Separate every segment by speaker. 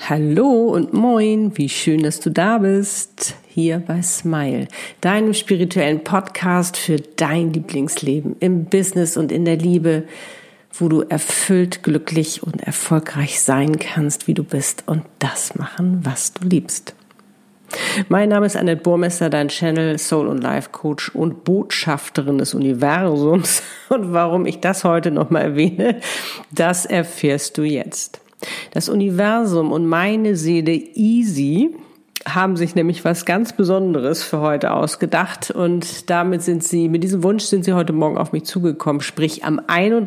Speaker 1: Hallo und moin, wie schön, dass du da bist, hier bei Smile, deinem spirituellen Podcast für dein Lieblingsleben im Business und in der Liebe, wo du erfüllt, glücklich und erfolgreich sein kannst, wie du bist und das machen, was du liebst. Mein Name ist Annette Burmester, dein Channel, Soul- und Life-Coach und Botschafterin des Universums. Und warum ich das heute nochmal erwähne, das erfährst du jetzt. Das Universum und meine Seele Easy haben sich nämlich was ganz Besonderes für heute ausgedacht und mit diesem Wunsch sind sie heute Morgen auf mich zugekommen, sprich am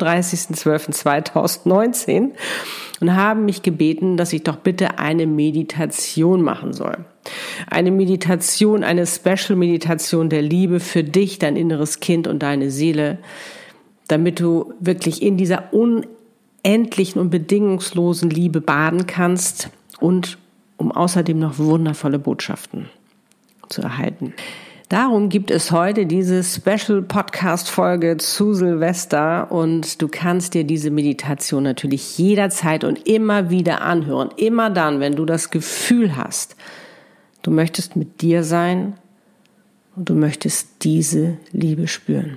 Speaker 1: 31.12.2019 und haben mich gebeten, dass ich doch bitte eine Meditation machen soll. Eine Meditation, eine Special-Meditation der Liebe für dich, dein inneres Kind und deine Seele, damit du wirklich in dieser unendlichen und bedingungslosen Liebe baden kannst und um außerdem noch wundervolle Botschaften zu erhalten. Darum gibt es heute diese Special-Podcast-Folge zu Silvester und du kannst dir diese Meditation natürlich jederzeit und immer wieder anhören. Immer dann, wenn du das Gefühl hast, du möchtest mit dir sein und du möchtest diese Liebe spüren.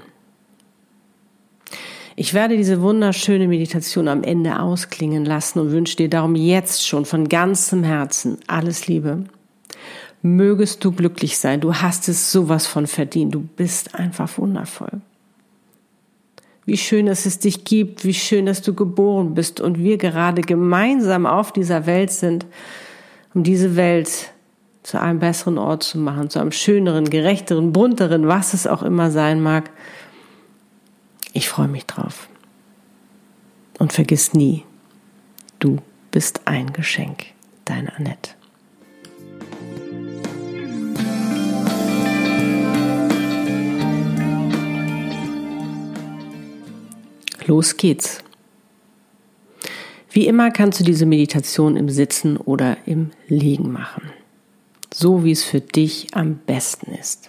Speaker 1: Ich werde diese wunderschöne Meditation am Ende ausklingen lassen und wünsche dir darum jetzt schon von ganzem Herzen alles Liebe. Mögest du glücklich sein, du hast es sowas von verdient, du bist einfach wundervoll. Wie schön, dass es dich gibt, wie schön, dass du geboren bist und wir gerade gemeinsam auf dieser Welt sind, um diese Welt zu einem besseren Ort zu machen, zu einem schöneren, gerechteren, bunteren, was es auch immer sein mag. Ich freue mich drauf. Und vergiss nie, du bist ein Geschenk. Deine Annette. Los geht's. Wie immer kannst du diese Meditation im Sitzen oder im Liegen machen. So wie es für dich am besten ist.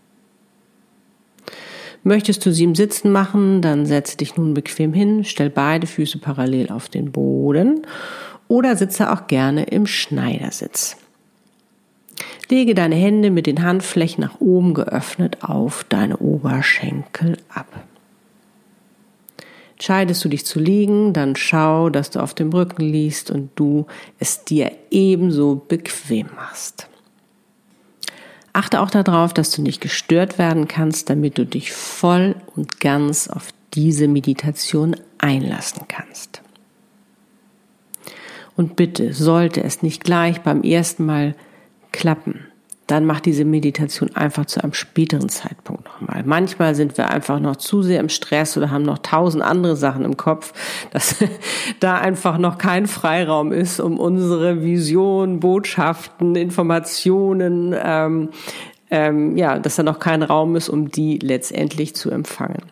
Speaker 1: Möchtest du sie im Sitzen machen, dann setze dich nun bequem hin, stell beide Füße parallel auf den Boden oder sitze auch gerne im Schneidersitz. Lege deine Hände mit den Handflächen nach oben geöffnet auf deine Oberschenkel ab. Entscheidest du dich zu liegen, dann schau, dass du auf dem Rücken liegst und du es dir ebenso bequem machst. Achte auch darauf, dass du nicht gestört werden kannst, damit du dich voll und ganz auf diese Meditation einlassen kannst. Und bitte, sollte es nicht gleich beim ersten Mal klappen, dann mach diese Meditation einfach zu einem späteren Zeitpunkt nochmal. Manchmal sind wir einfach noch zu sehr im Stress oder haben noch 1000 andere Sachen im Kopf, dass da einfach noch kein Freiraum ist, um unsere Vision, Botschaften, Informationen, dass da noch kein Raum ist, um die letztendlich zu empfangen.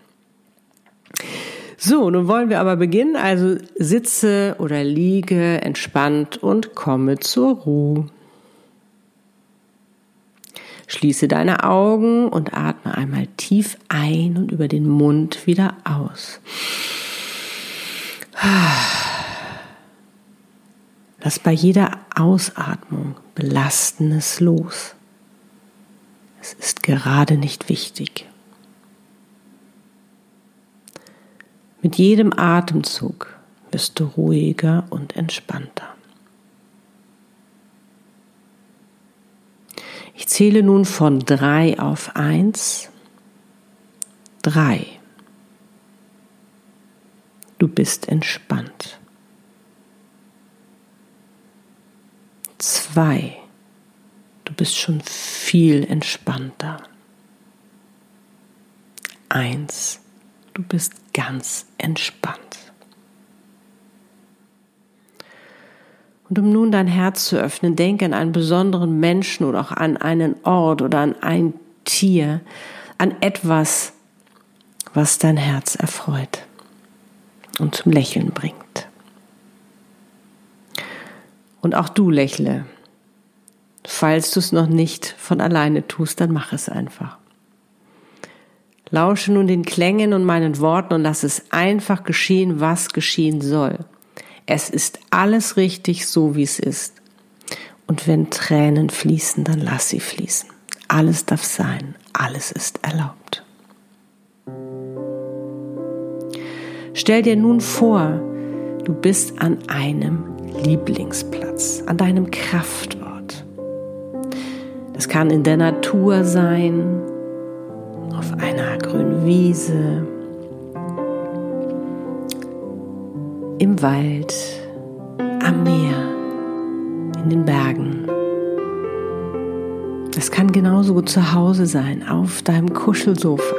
Speaker 1: So, nun wollen wir aber beginnen. Also sitze oder liege entspannt und komme zur Ruhe. Schließe deine Augen und atme einmal tief ein und über den Mund wieder aus. Lass bei jeder Ausatmung Belastendes los. Es ist gerade nicht wichtig. Mit jedem Atemzug wirst du ruhiger und entspannter. Ich zähle nun von 3 auf 1. 3. Du bist entspannt. 2. Du bist schon viel entspannter. 1. Du bist ganz entspannt. Und um nun dein Herz zu öffnen, denke an einen besonderen Menschen oder auch an einen Ort oder an ein Tier, an etwas, was dein Herz erfreut und zum Lächeln bringt. Und auch du lächle. Falls du es noch nicht von alleine tust, dann mach es einfach. Lausche nun den Klängen und meinen Worten und lass es einfach geschehen, was geschehen soll. Es ist alles richtig, so wie es ist. Und wenn Tränen fließen, dann lass sie fließen. Alles darf sein, alles ist erlaubt. Stell dir nun vor, du bist an einem Lieblingsplatz, an deinem Kraftort. Das kann in der Natur sein, auf einer grünen Wiese, im Wald, am Meer, in den Bergen. Es kann genauso gut zu Hause sein, auf deinem Kuschelsofa.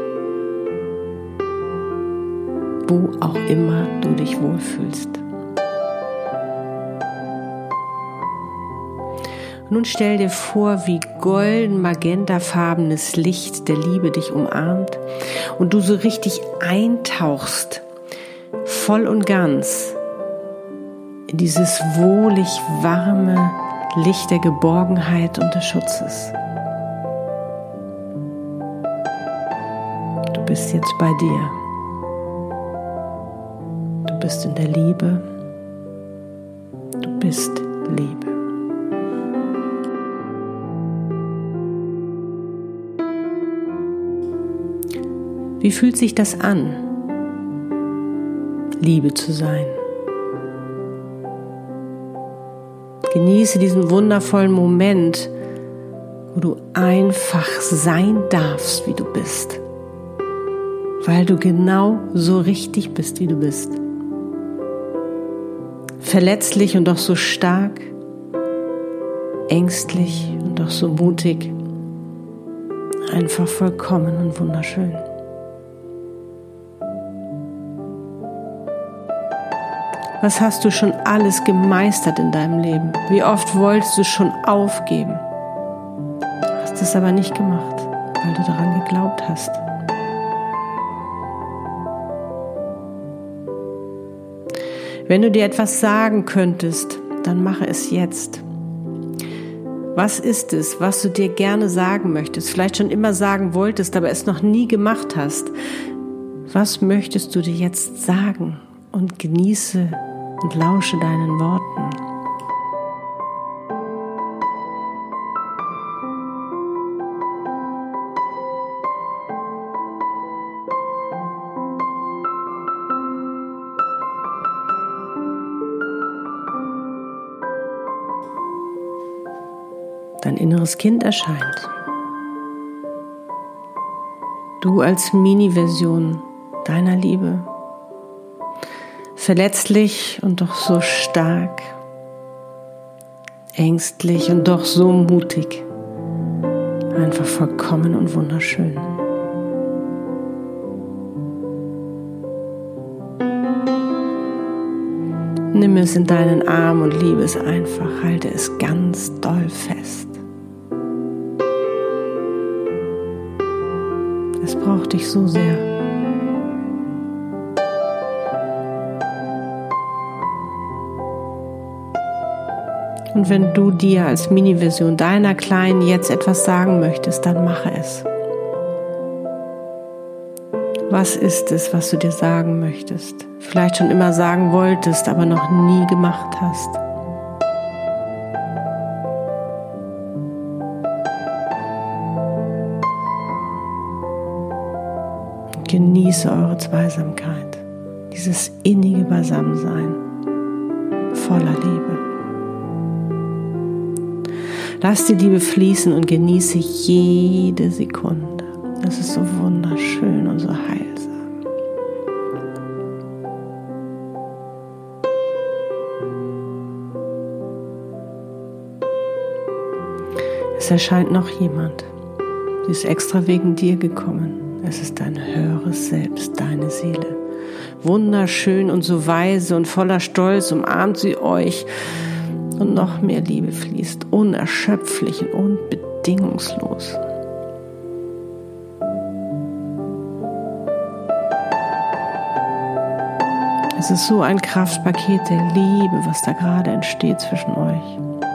Speaker 1: Wo auch immer du dich wohlfühlst. Nun stell dir vor, wie golden-magentafarbenes Licht der Liebe dich umarmt und du so richtig eintauchst, voll und ganz, in dieses wohlig warme Licht der Geborgenheit und des Schutzes. Du bist jetzt bei dir. Du bist in der Liebe. Du bist Liebe. Wie fühlt sich das an, Liebe zu sein? Genieße diesen wundervollen Moment, wo du einfach sein darfst, wie du bist, weil du genau so richtig bist, wie du bist. Verletzlich und doch so stark, ängstlich und doch so mutig, einfach vollkommen und wunderschön. Was hast du schon alles gemeistert in deinem Leben? Wie oft wolltest du schon aufgeben? Hast es aber nicht gemacht, weil du daran geglaubt hast. Wenn du dir etwas sagen könntest, dann mache es jetzt. Was ist es, was du dir gerne sagen möchtest? Vielleicht schon immer sagen wolltest, aber es noch nie gemacht hast. Was möchtest du dir jetzt sagen? Und genieße und lausche deinen Worten. Dein inneres Kind erscheint. Du als Mini-Version deiner Liebe. Verletzlich und doch so stark, ängstlich und doch so mutig, einfach vollkommen und wunderschön. Nimm es in deinen Arm und liebe es einfach, halte es ganz doll fest. Es braucht dich so sehr. Und wenn du dir als Mini-Version deiner Kleinen jetzt etwas sagen möchtest, dann mache es. Was ist es, was du dir sagen möchtest? Vielleicht schon immer sagen wolltest, aber noch nie gemacht hast. Genieße eure Zweisamkeit, dieses innige Beisammensein, voller Liebe. Lass die Liebe fließen und genieße jede Sekunde. Das ist so wunderschön und so heilsam. Es erscheint noch jemand. Sie ist extra wegen dir gekommen. Es ist dein höheres Selbst, deine Seele. Wunderschön und so weise und voller Stolz umarmt sie euch. Und noch mehr Liebe fließt, unerschöpflich und bedingungslos. Es ist so ein Kraftpaket der Liebe, was da gerade entsteht zwischen euch.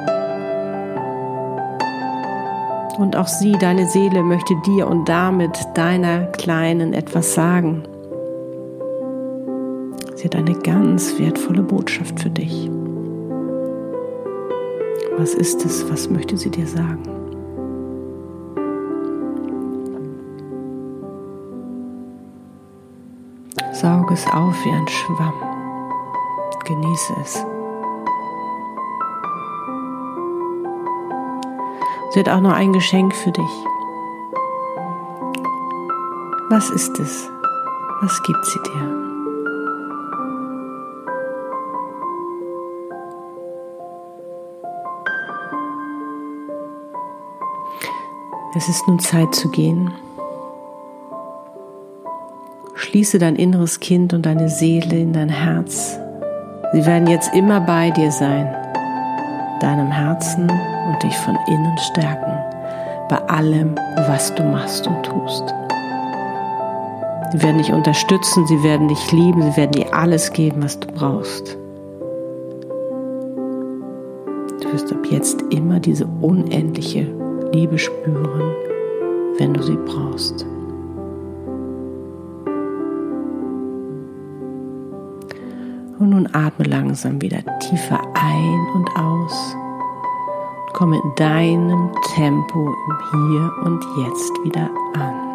Speaker 1: Und auch sie, deine Seele, möchte dir und damit deiner Kleinen etwas sagen. Sie hat eine ganz wertvolle Botschaft für dich. Was ist es? Was möchte sie dir sagen? Sauge es auf wie ein Schwamm. Genieße es. Sie hat auch noch ein Geschenk für dich. Was ist es? Was gibt sie dir? Es ist nun Zeit zu gehen. Schließe dein inneres Kind und deine Seele in dein Herz. Sie werden jetzt immer bei dir sein, deinem Herzen und dich von innen stärken, bei allem, was du machst und tust. Sie werden dich unterstützen, sie werden dich lieben, sie werden dir alles geben, was du brauchst. Du wirst ab jetzt immer diese unendliche Liebe spüren, wenn du sie brauchst. Und nun atme langsam wieder tiefer ein und aus. Komme in deinem Tempo im Hier und Jetzt wieder an.